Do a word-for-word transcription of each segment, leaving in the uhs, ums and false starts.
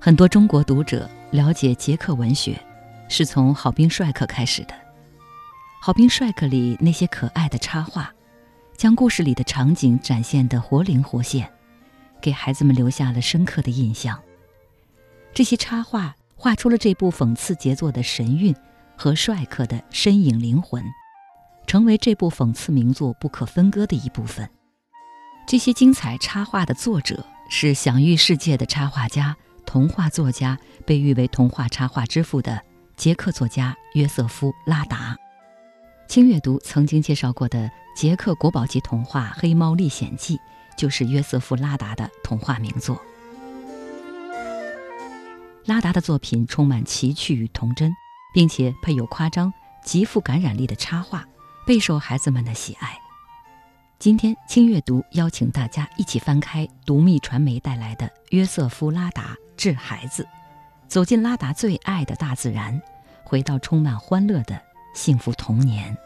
很多中国读者了解捷克文学是从《好兵帅克》开始的。《好兵帅克》里那些可爱的插画，将故事里的场景展现得活灵活现，给孩子们留下了深刻的印象。这些插画画出了这部讽刺杰作的神韵和帅克的身影灵魂，成为这部讽刺名作不可分割的一部分。这些精彩插画的作者是享誉世界的插画家、童话作家，被誉为童话插画之父的捷克作家约瑟夫·拉达。轻阅读曾经介绍过的捷克国宝级童话《黑猫历险记》就是约瑟夫·拉达的童话名作。拉达的作品充满奇趣与童真，并且配有夸张、极富感染力的插画，备受孩子们的喜爱。今天轻阅读邀请大家一起翻开读密传媒带来的约瑟夫·拉达致孩子，走进拉达最爱的大自然，回到充满欢乐的幸福童年。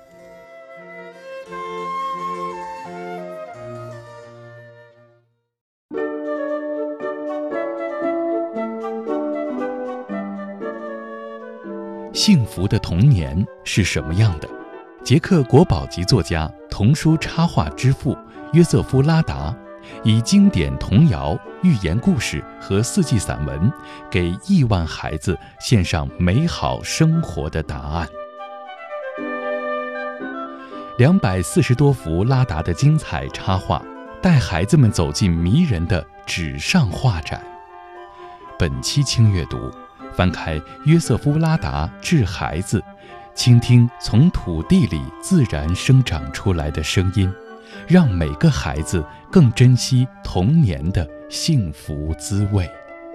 幸福的童年是什么样的？捷克国宝级作家、童书插画之父约瑟夫·拉达，以经典童谣、寓言故事和四季散文，给亿万孩子献上美好生活的答案。两百四十多幅拉达的精彩插画，带孩子们走进迷人的纸上画展。本期轻阅读，翻开约瑟夫·拉达致孩子，倾听从土地里自然生长出来的声音，让每个孩子更珍惜童年的幸福滋味。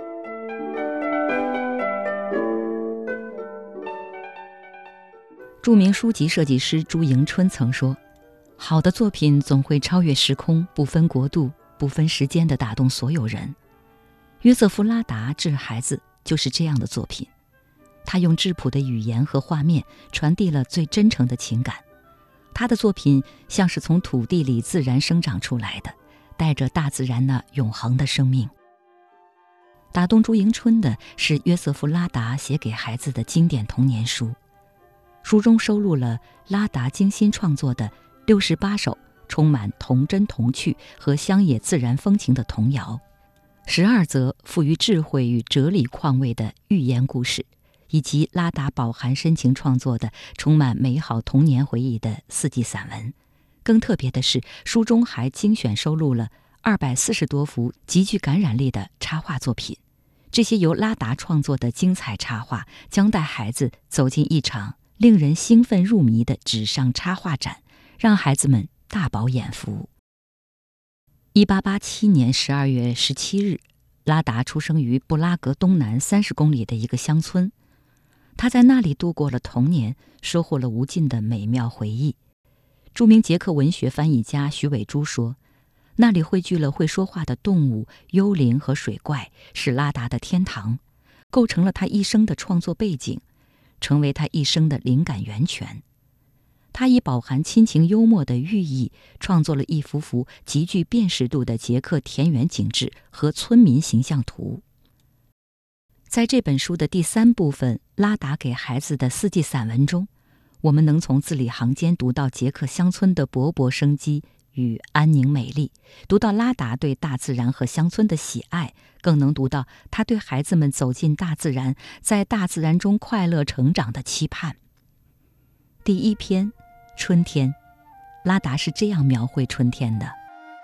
著名书籍设计师朱迎春曾说，好的作品总会超越时空，不分国度，不分时间地打动所有人。约瑟夫·拉达致孩子就是这样的作品，他用质朴的语言和画面传递了最真诚的情感。他的作品像是从土地里自然生长出来的，带着大自然那永恒的生命。打动朱迎春的是约瑟夫·拉达写给孩子的经典童年书，书中收录了拉达精心创作的六十八首充满童真童趣和乡野自然风情的童谣，十二则富于智慧与哲理况味的寓言故事，以及拉达饱含深情创作的充满美好童年回忆的四季散文。更特别的是，书中还精选收录了二百四十多幅极具感染力的插画作品。这些由拉达创作的精彩插画将带孩子走进一场令人兴奋入迷的纸上插画展，让孩子们大饱眼福。一八八七年十二月十七日，拉达出生于布拉格东南三十公里的一个乡村。他在那里度过了童年，收获了无尽的美妙回忆。著名捷克文学翻译家徐伟珠说，那里汇聚了会说话的动物、幽灵和水怪，是拉达的天堂，构成了他一生的创作背景，成为他一生的灵感源泉。他以饱含亲情幽默的寓意，创作了一幅幅极具辨识度的捷克田园景致和村民形象图。在这本书的第三部分，拉达给孩子的四季散文中，我们能从字里行间读到捷克乡村的勃勃生机与安宁美丽，读到拉达对大自然和乡村的喜爱，更能读到他对孩子们走进大自然，在大自然中快乐成长的期盼。第一篇，春天，拉达是这样描绘春天的：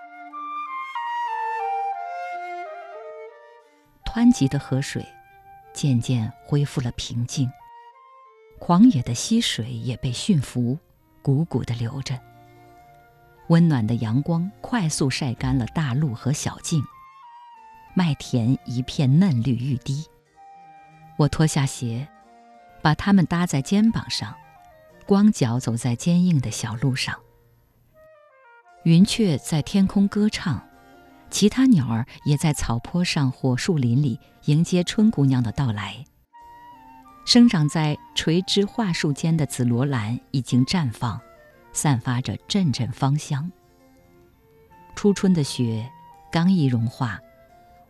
湍急的河水渐渐恢复了平静，狂野的溪水也被驯服，汩汩地流着。温暖的阳光快速晒干了大路和小径，麦田一片嫩绿欲滴。我脱下鞋，把它们搭在肩膀上，光脚走在坚硬的小路上。云雀在天空歌唱，其他鸟儿也在草坡上或树林里迎接春姑娘的到来。生长在垂枝桦树间的紫罗兰已经绽放，散发着阵阵芳香。初春的雪刚一融化，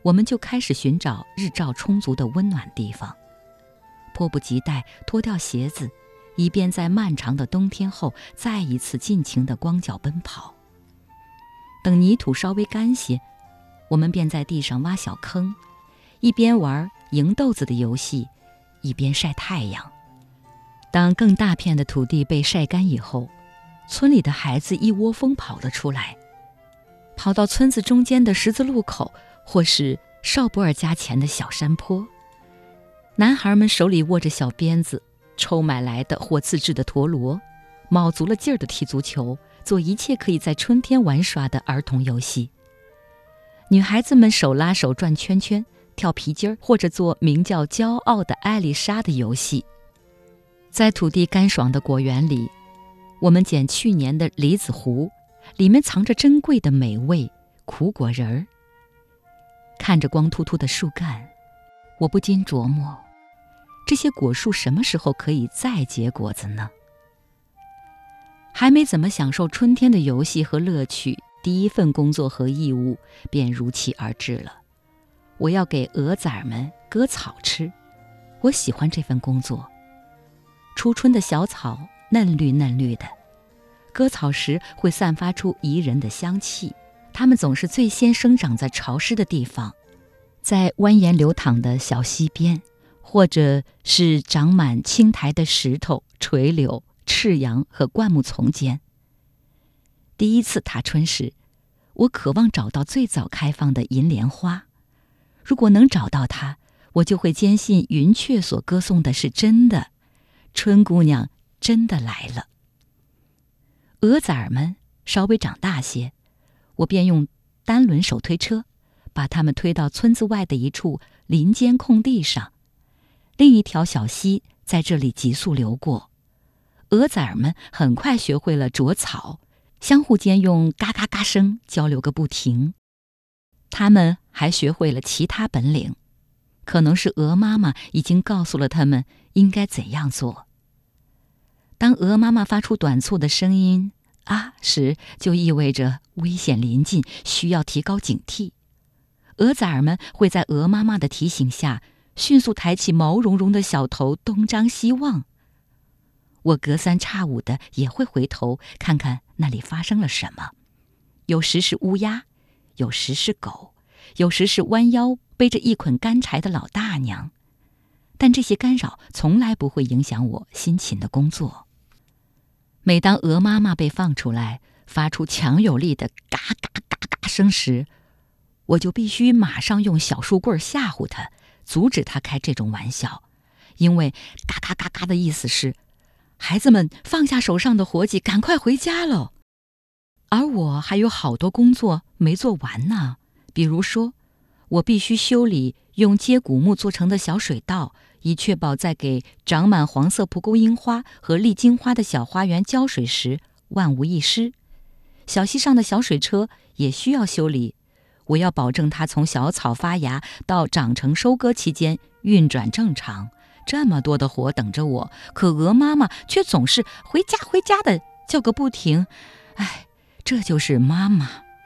我们就开始寻找日照充足的温暖地方，迫不及待脱掉鞋子，以便在漫长的冬天后再一次尽情地光脚奔跑。等泥土稍微干些，我们便在地上挖小坑，一边玩赢豆子的游戏，一边晒太阳。当更大片的土地被晒干以后，村里的孩子一窝蜂跑了出来，跑到村子中间的十字路口，或是邵伯尔家前的小山坡。男孩们手里握着小鞭子，抽买来的或自制的陀螺，卯足了劲儿地踢足球，做一切可以在春天玩耍的儿童游戏。女孩子们手拉手转圈圈，跳皮筋儿，或者做名叫骄傲的艾丽莎的游戏。在土地干爽的果园里，我们捡去年的梨子核，里面藏着珍贵的美味苦果仁儿。看着光秃秃的树干，我不禁琢磨，这些果树什么时候可以再结果子呢？还没怎么享受春天的游戏和乐趣，第一份工作和义务便如期而至了。我要给鹅崽们割草吃，我喜欢这份工作。初春的小草嫩绿嫩绿的，割草时会散发出宜人的香气。它们总是最先生长在潮湿的地方，在蜿蜒流淌的小溪边，或者是长满青苔的石头、垂柳、赤杨和灌木丛间。第一次踏春时，我渴望找到最早开放的银莲花。如果能找到它，我就会坚信云雀所歌颂的是真的，春姑娘真的来了。鹅崽儿们稍微长大些，我便用单轮手推车把它们推到村子外的一处林间空地上。另一条小溪在这里急速流过，鹅崽儿们很快学会了啄草，相互间用嘎嘎嘎声交流个不停。它们还学会了其他本领，可能是鹅妈妈已经告诉了它们应该怎样做。当鹅妈妈发出短促的声音啊时，就意味着危险临近，需要提高警惕。鹅崽儿们会在鹅妈妈的提醒下迅速抬起毛茸茸的小头，东张西望。我隔三差五的也会回头看看那里发生了什么，有时是乌鸦，有时是狗，有时是弯腰背着一捆干柴的老大娘。但这些干扰从来不会影响我辛勤的工作。每当鹅妈妈被放出来，发出强有力的嘎嘎嘎嘎声时，我就必须马上用小树棍吓唬她，阻止她开这种玩笑。因为嘎嘎嘎嘎的意思是，孩子们放下手上的活计，赶快回家喽。而我还有好多工作没做完呢，比如说，我必须修理用接骨木做成的小水道，以确保在给长满黄色蒲公英花和丽金花的小花园浇水时万无一失。小溪上的小水车也需要修理，我要保证它从小草发芽到长成收割期间运转正常。这么多的活等着我，可鹅妈妈却总是回家回家的叫个不停。唉，这就是妈妈。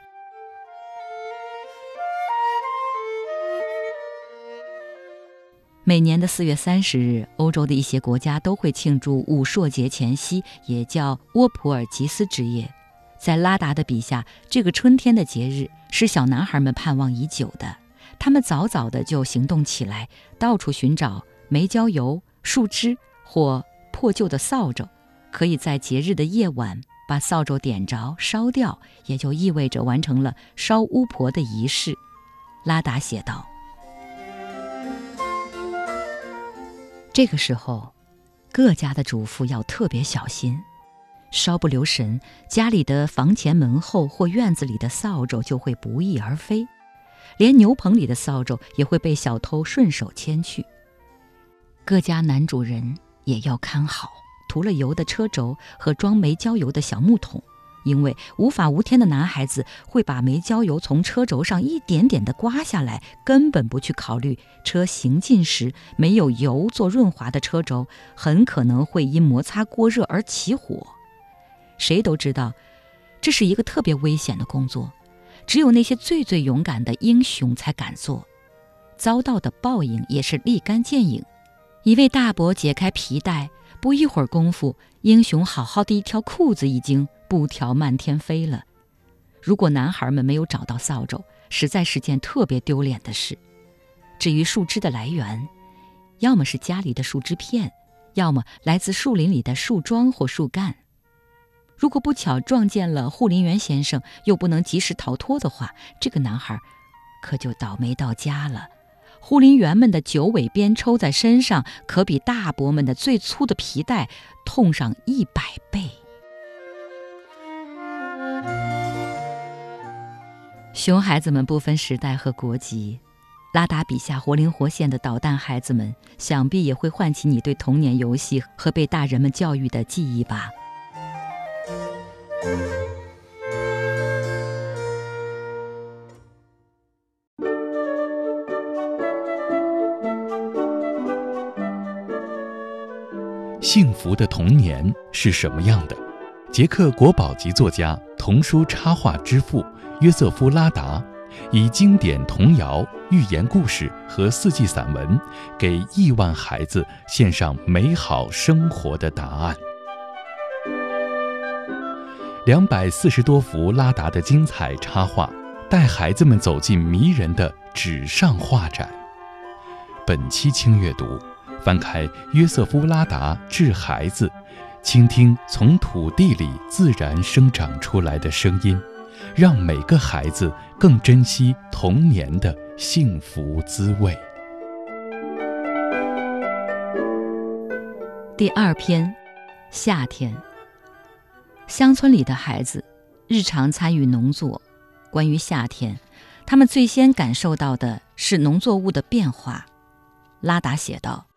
每年的四月三十日，欧洲的一些国家都会庆祝武朔节前夕，也叫沃普尔吉斯之夜。在拉达的笔下，这个春天的节日是小男孩们盼望已久的。他们早早的就行动起来，到处寻找煤焦油、树枝或破旧的扫帚，可以在节日的夜晚把扫帚点着烧掉，也就意味着完成了烧巫婆的仪式。拉达写道，这个时候各家的主妇要特别小心，稍不留神，家里的房前门后或院子里的扫帚就会不翼而飞，连牛棚里的扫帚也会被小偷顺手牵去。各家男主人也要看好涂了油的车轴和装煤焦油的小木桶，因为无法无天的男孩子会把煤焦油从车轴上一点点地刮下来，根本不去考虑车行进时没有油做润滑的车轴很可能会因摩擦过热而起火。谁都知道这是一个特别危险的工作， 只有那些最最勇敢的英雄才敢做，遭到的报应也是立竿见影。一位大伯解开皮带，不一会儿功夫，英雄好好的一条裤子已经布条漫天飞了。如果男孩们没有找到扫帚，实在是件特别丢脸的事。至于树枝的来源，要么是家里的树枝片，要么来自树林里的树桩或树干。如果不巧撞见了护林员先生，又不能及时逃脱的话，这个男孩可就倒霉到家了。护林员们的九尾鞭抽在身上，可比大伯们的最粗的皮带痛上一百倍。熊孩子们不分时代和国籍，拉达笔下活灵活现的捣蛋孩子们，想必也会唤起你对童年游戏和被大人们教育的记忆吧。 幸福的童年是什么样的？捷克国宝级作家、童书插画之父约瑟夫·拉达，以经典童谣、寓言故事和四季散文，给亿万孩子献上美好生活的答案。两百四十多幅拉达的精彩插画，带孩子们走进迷人的纸上画展。本期轻阅读，翻开约瑟夫·拉达致孩子，倾听从土地里自然生长出来的声音，让每个孩子更珍惜童年的幸福滋味。 第二篇，夏天。乡村里的孩子日常参与农作，关于夏天，他们最先感受到的是农作物的变化。拉达写道：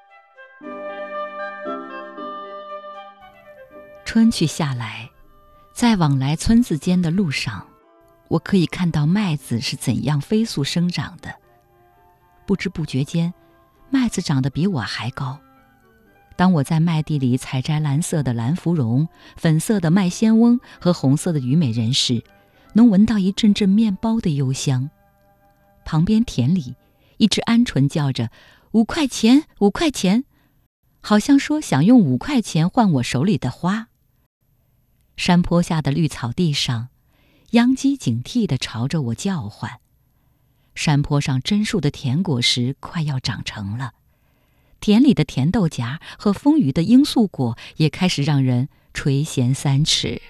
春去夏来，在往来村子间的路上，我可以看到麦子是怎样飞速生长的。不知不觉间，麦子长得比我还高。当我在麦地里采摘蓝色的蓝芙蓉、粉色的麦仙翁和红色的虞美人时，能闻到一阵阵面包的幽香。旁边田里，一只鹌鹑叫着五块钱五块钱，好像说想用五块钱换我手里的花。山坡下的绿草地上，秧鸡警惕地朝着我叫唤。山坡上榛树的甜果实快要长成了，田里的甜豆荚和丰腴的罂粟果也开始让人垂涎三尺。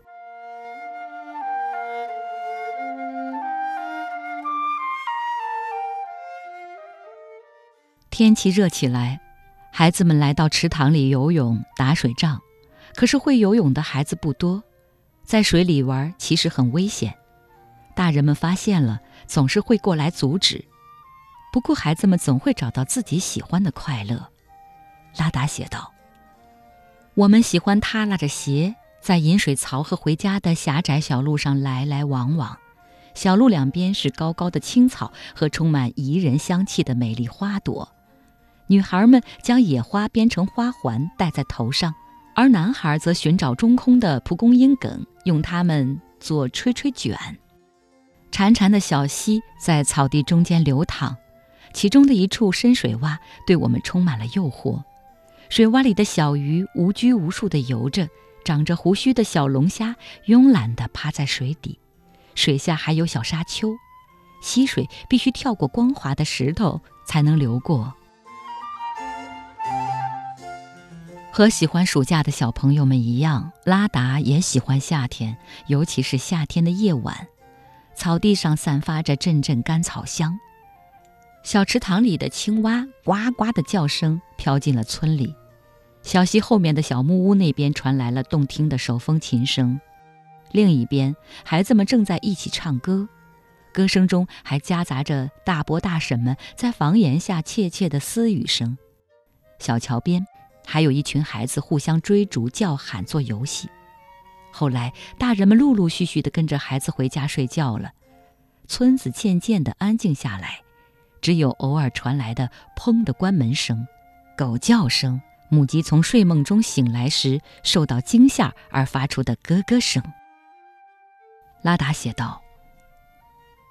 天气热起来，孩子们来到池塘里游泳、打水仗。可是会游泳的孩子不多，在水里玩其实很危险。大人们发现了，总是会过来阻止。不过孩子们总会找到自己喜欢的快乐。拉达写道：我们喜欢踏拉着鞋，在饮水槽和回家的狭窄小路上来来往往。小路两边是高高的青草和充满宜人香气的美丽花朵。女孩们将野花编成花环戴在头上，而男孩则寻找中空的蒲公英梗，用它们做吹吹卷。潺潺的小溪在草地中间流淌，其中的一处深水洼对我们充满了诱惑。水洼里的小鱼无拘无束地游着，长着胡须的小龙虾慵懒地趴在水底，水下还有小沙丘，溪水必须跳过光滑的石头才能流过。和喜欢暑假的小朋友们一样，拉达也喜欢夏天，尤其是夏天的夜晚。草地上散发着阵阵甘草香，小池塘里的青蛙呱呱的叫声飘进了村里。小溪后面的小木屋那边传来了动听的手风琴声，另一边孩子们正在一起唱歌，歌声中还夹杂着大伯大婶们在房檐下窃窃的私语声。小桥边还有一群孩子互相追逐叫喊做游戏。后来大人们陆陆续续地跟着孩子回家睡觉了，村子渐渐地安静下来，只有偶尔传来的砰的关门声、狗叫声、母鸡从睡梦中醒来时受到惊吓而发出的咯咯声。拉达写道：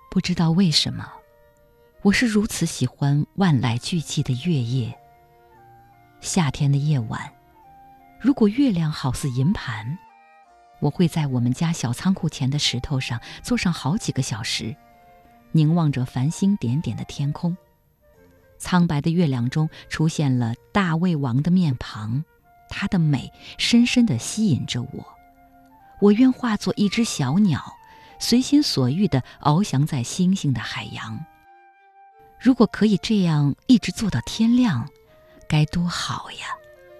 不知道为什么，我是如此喜欢万籁俱寂的月夜。夏天的夜晚，如果月亮好似银盘，我会在我们家小仓库前的石头上坐上好几个小时，凝望着繁星点点的天空。苍白的月亮中出现了大胃王的面庞，它的美深深地吸引着我。我愿化作一只小鸟，随心所欲地翱翔在星星的海洋。如果可以这样一直做到天亮，该多好呀！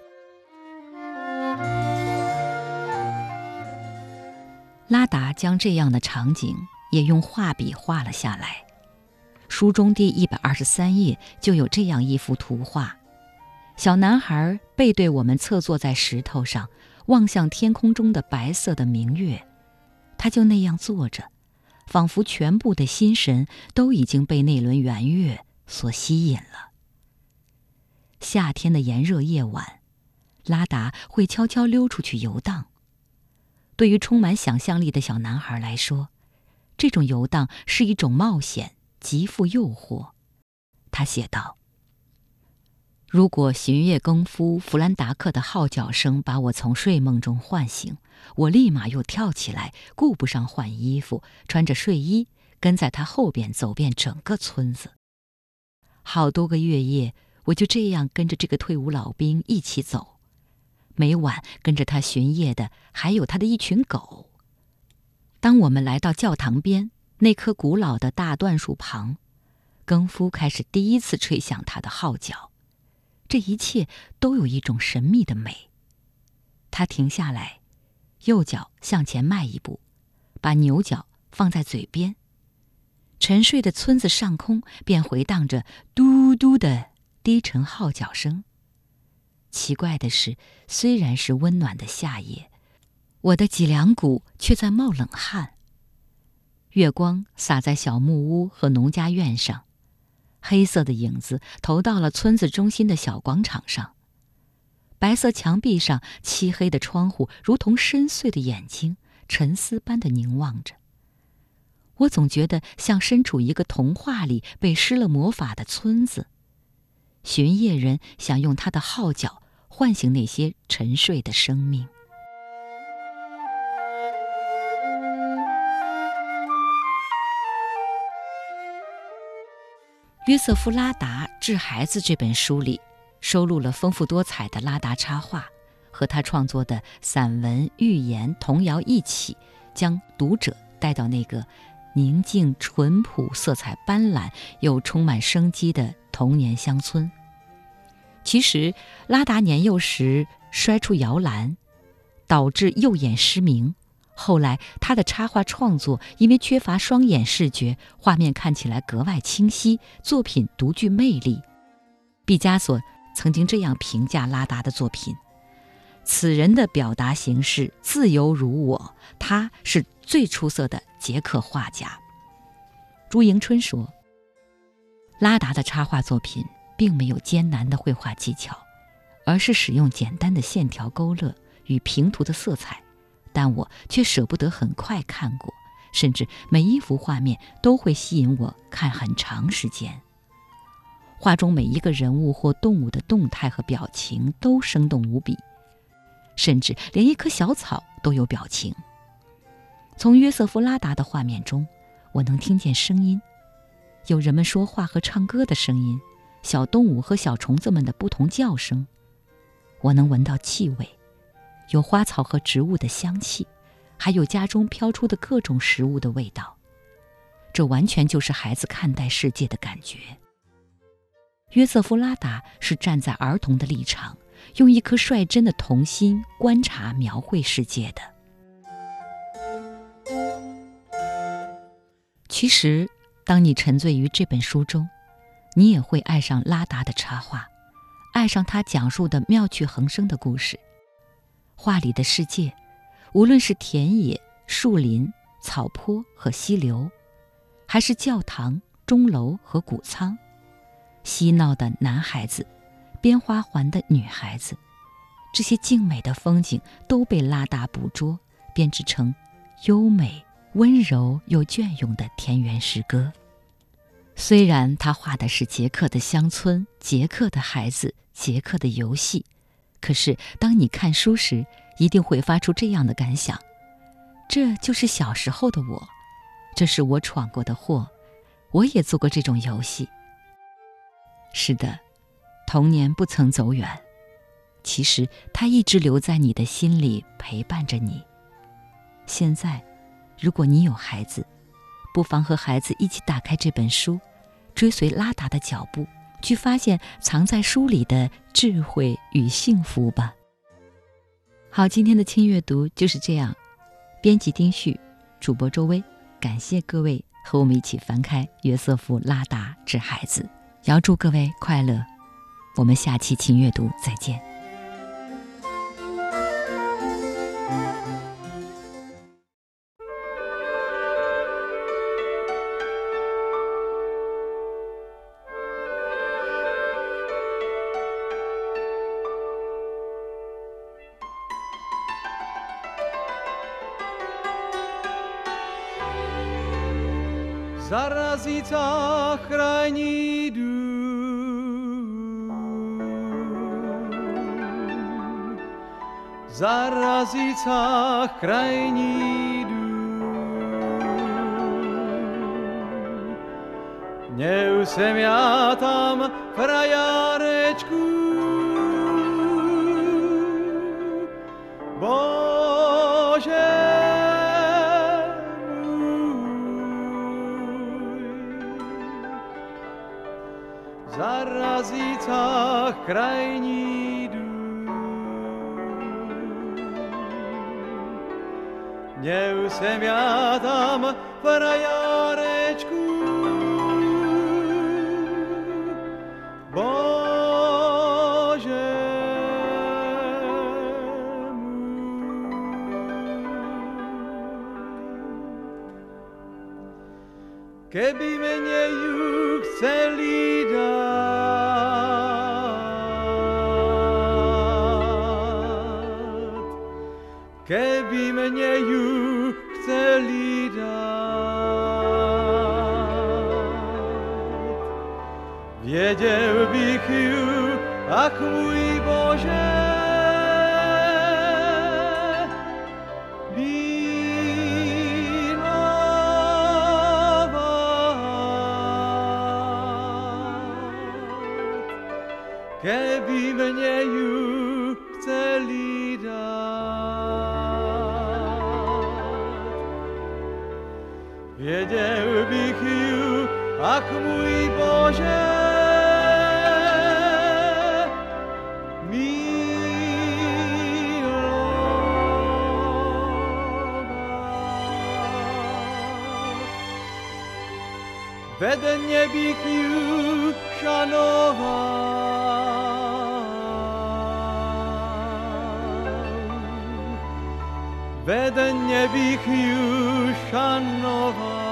拉达将这样的场景也用画笔画了下来。书中第一百二十三页就有这样一幅图画：小男孩背对我们侧坐在石头上，望向天空中的白色的明月。他就那样坐着，仿佛全部的心神都已经被那轮圆月所吸引了。夏天的炎热夜晚，拉达会悄悄溜出去游荡。对于充满想象力的小男孩来说，这种游荡是一种冒险，极富诱惑。他写道：如果巡夜更夫弗兰达克的号角声把我从睡梦中唤醒，我立马又跳起来，顾不上换衣服，穿着睡衣跟在他后边走遍整个村子。好多个月夜，我就这样跟着这个退伍老兵一起走。每晚跟着他巡夜的还有他的一群狗。当我们来到教堂边那棵古老的大椴树旁，更夫开始第一次吹响他的号角。这一切都有一种神秘的美。他停下来，右脚向前迈一步，把牛角放在嘴边。沉睡的村子上空便回荡着嘟嘟的低沉号角声。奇怪的是，虽然是温暖的夏夜，我的脊梁骨却在冒冷汗。月光洒在小木屋和农家院上，黑色的影子投到了村子中心的小广场上。白色墙壁上漆黑的窗户如同深邃的眼睛，沉思般地凝望着。我总觉得像身处一个童话里被施了魔法的村子。巡夜人想用他的号角唤醒那些沉睡的生命。约瑟夫·拉达《致孩子》这本书里收录了丰富多彩的拉达插画，和他创作的散文、寓言、童谣一起，将读者带到那个宁静、淳朴、色彩斑斓又充满生机的童年乡村。其实，拉达年幼时摔出摇篮，导致右眼失明。后来，他的插画创作因为缺乏双眼视觉，画面看起来格外清晰，作品独具魅力。毕加索曾经这样评价拉达的作品：此人的表达形式自由如我，他是最出色的捷克画家。朱迎春说，拉达的插画作品并没有艰难的绘画技巧，而是使用简单的线条勾勒与平涂的色彩，但我却舍不得很快看过，甚至每一幅画面都会吸引我看很长时间。画中每一个人物或动物的动态和表情都生动无比，甚至连一棵小草都有表情。从约瑟夫·拉达的画面中，我能听见声音，有人们说话和唱歌的声音，小动物和小虫子们的不同叫声。我能闻到气味，有花草和植物的香气，还有家中飘出的各种食物的味道。这完全就是孩子看待世界的感觉。约瑟夫·拉达是站在儿童的立场，用一颗率真的童心观察描绘世界的。其实，当你沉醉于这本书中，你也会爱上拉达的插画，爱上他讲述的妙趣横生的故事。画里的世界，无论是田野、树林、草坡和溪流，还是教堂、钟楼和谷仓，嬉闹的男孩子，编花环的女孩子，这些静美的风景都被拉达捕捉，编织成优美温柔又隽永的田园诗歌。虽然他画的是捷克的乡村、捷克的孩子、捷克的游戏，可是当你看书时，一定会发出这样的感想：这就是小时候的我，这是我闯过的祸，我也做过这种游戏。是的，童年不曾走远，其实它一直留在你的心里，陪伴着你。现在，如果你有孩子，不妨和孩子一起打开这本书，追随拉达的脚步，去发现藏在书里的智慧与幸福吧。好，今天的轻阅读就是这样。编辑丁旭，主播周薇，感谢各位和我们一起翻开约瑟夫·拉达致孩子，遥祝各位快乐。我们下期轻阅读再见。 Zarazí zachrání dům, zarazí zachrání dům. Měl jsem já tam frajárečku, Bože, zarazí zachrání dům. Měl jsem já tam frajárečku, Bože můj. Keby mě ju chceli dát, keby mě ju chceli dát, věděl bych ju, ach můj Bože, keby mě ju chceli dát. Věděl bych ju, ach můj Bože, milovat. Vedně bych ju šanoval, vedně bych ju šanoval.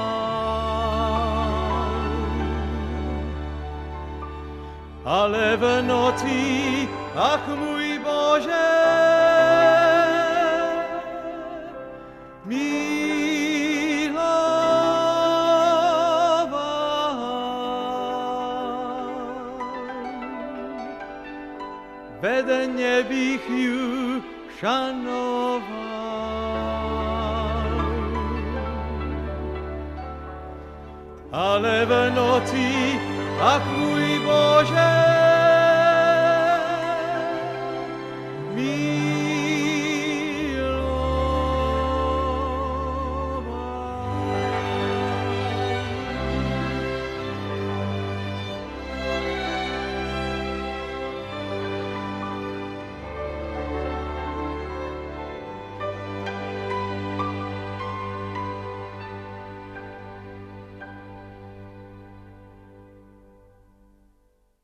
Ale v noci, ach můj Bože, vedně bych ju šanoval. Ale v noci, ach můj Bože,